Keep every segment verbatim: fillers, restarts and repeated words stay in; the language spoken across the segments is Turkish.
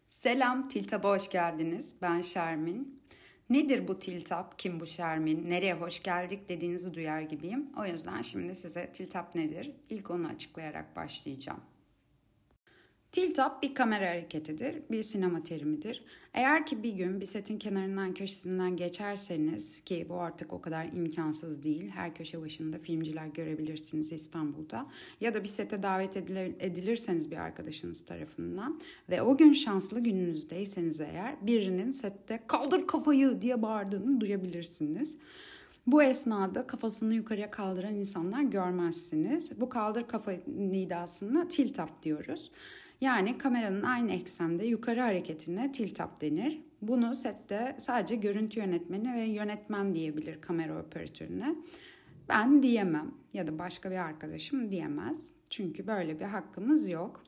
Selam, Tiltap'a hoş geldiniz. Ben Şermin. Nedir bu Tiltap, kim bu Şermin, nereye hoş geldik dediğinizi duyar gibiyim. O yüzden şimdi size Tiltap nedir, ilk onu açıklayarak başlayacağım. Tiltap bir kamera hareketidir, bir sinema terimidir. Eğer ki bir gün bir setin kenarından köşesinden geçerseniz, ki bu artık o kadar imkansız değil, her köşe başında filmciler görebilirsiniz İstanbul'da, ya da bir sete davet edilir, edilirseniz bir arkadaşınız tarafından ve o gün şanslı gününüzdeyseniz eğer birinin sette "kaldır kafayı" diye bağırdığını duyabilirsiniz. Bu esnada kafasını yukarıya kaldıran insanlar görmezsiniz. Bu kaldır kafa nidasına tiltap diyoruz. Yani kameranın aynı eksende yukarı hareketine tiltap denir. Bunu sette sadece görüntü yönetmeni ve yönetmen diyebilir kamera operatörüne. Ben diyemem ya da başka bir arkadaşım diyemez. Çünkü böyle bir hakkımız yok.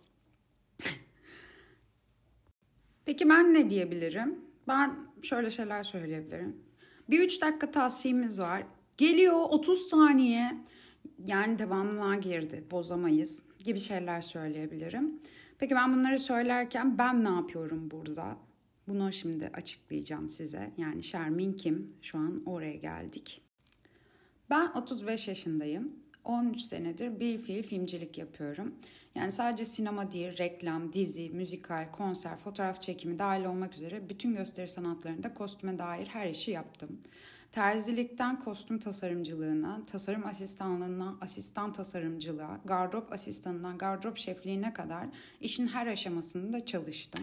Peki ben ne diyebilirim? Ben şöyle şeyler söyleyebilirim. Bir üç dakika tavsiyemiz var. Geliyor otuz saniye. Yani devamına girdi. Bozamayız gibi şeyler söyleyebilirim. Peki ben bunları söylerken ben ne yapıyorum burada? Bunu şimdi açıklayacağım size. Yani Şermin kim? Şu an oraya geldik. Ben otuz beş yaşındayım. on üç senedir bir fiil filmcilik yapıyorum. Yani sadece sinema değil, reklam, dizi, müzikal, konser, fotoğraf çekimi dahil olmak üzere bütün gösteri sanatlarında kostüme dair her işi yaptım. Terzilikten kostüm tasarımcılığına, tasarım asistanlığına, asistan tasarımcılığa, gardırop asistanından gardırop şefliğine kadar işin her aşamasında çalıştım.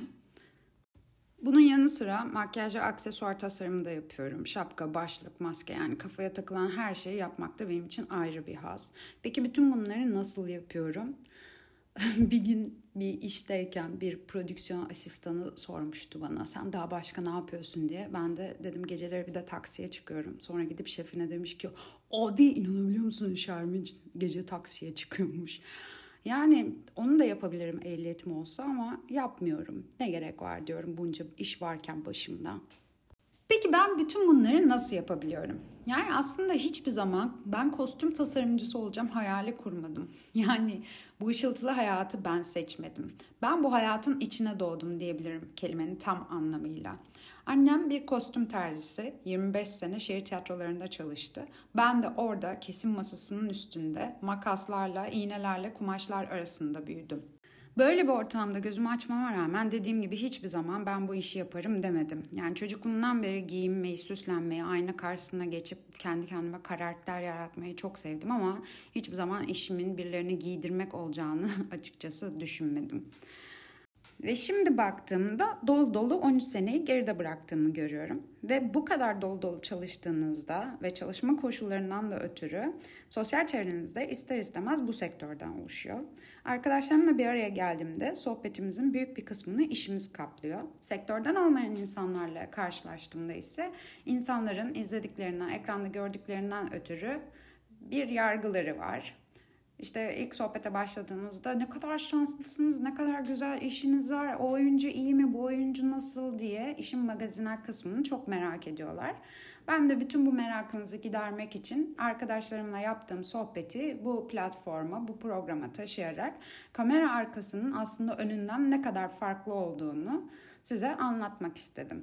Bunun yanı sıra makyaj ve aksesuar tasarımı da yapıyorum. Şapka, başlık, maske, yani kafaya takılan her şeyi yapmak da benim için ayrı bir haz. Peki bütün bunları nasıl yapıyorum? Bir gün bir işteyken bir prodüksiyon asistanı sormuştu bana, sen daha başka ne yapıyorsun diye. Ben de dedim geceleri bir de taksiye çıkıyorum. Sonra gidip şefine demiş ki, abi inanabiliyor musun, Şermin gece taksiye çıkıyormuş. Yani onu da yapabilirim ehliyetim olsa ama yapmıyorum. Ne gerek var diyorum bunca iş varken başımda. Peki ben bütün bunları nasıl yapabiliyorum? Yani aslında hiçbir zaman ben kostüm tasarımcısı olacağım hayali kurmadım. Yani bu ışıltılı hayatı ben seçmedim. Ben bu hayatın içine doğdum diyebilirim kelimenin tam anlamıyla. Annem bir kostüm terzisi, yirmi beş sene şehir tiyatrolarında çalıştı. Ben de orada kesim masasının üstünde makaslarla, iğnelerle kumaşlar arasında büyüdüm. Böyle bir ortamda gözümü açmama rağmen dediğim gibi hiçbir zaman ben bu işi yaparım demedim. Yani çocukluğumdan beri giyinmeyi, süslenmeyi, ayna karşısına geçip kendi kendime karakter yaratmayı çok sevdim ama hiçbir zaman işimin birilerini giydirmek olacağını açıkçası düşünmedim. Ve şimdi baktığımda dolu dolu on üç seneyi geride bıraktığımı görüyorum. Ve bu kadar dolu dolu çalıştığınızda ve çalışma koşullarından da ötürü sosyal çevrenizde ister istemez bu sektörden oluşuyor. Arkadaşlarımla bir araya geldiğimde sohbetimizin büyük bir kısmını işimiz kaplıyor. Sektörden olmayan insanlarla karşılaştığımda ise insanların izlediklerinden, ekranda gördüklerinden ötürü bir yargıları var. İşte ilk sohbete başladığınızda ne kadar şanslısınız, ne kadar güzel işiniz var, o oyuncu iyi mi, bu oyuncu nasıl diye işin magazinel kısmını çok merak ediyorlar. Ben de bütün bu merakınızı gidermek için arkadaşlarımla yaptığım sohbeti bu platforma, bu programa taşıyarak kamera arkasının aslında önünden ne kadar farklı olduğunu size anlatmak istedim.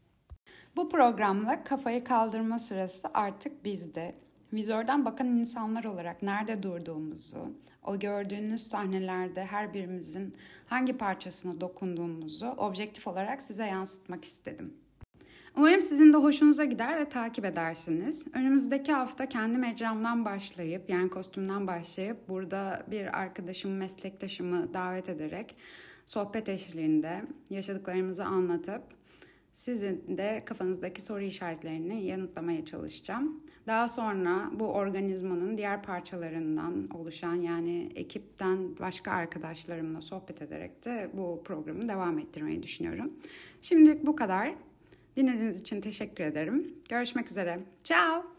Bu programla kafayı kaldırma sırası artık bizde. Vizörden bakan insanlar olarak nerede durduğumuzu, o gördüğünüz sahnelerde her birimizin hangi parçasına dokunduğumuzu objektif olarak size yansıtmak istedim. Umarım sizin de hoşunuza gider ve takip edersiniz. Önümüzdeki hafta kendi mecramdan başlayıp, yani kostümden başlayıp burada bir arkadaşımı, meslektaşımı davet ederek sohbet eşliğinde yaşadıklarımızı anlatıp sizin de kafanızdaki soru işaretlerini yanıtlamaya çalışacağım. Daha sonra bu organizmanın diğer parçalarından oluşan, yani ekipten başka arkadaşlarımla sohbet ederek de bu programı devam ettirmeyi düşünüyorum. Şimdilik bu kadar. Dinlediğiniz için teşekkür ederim. Görüşmek üzere. Ciao.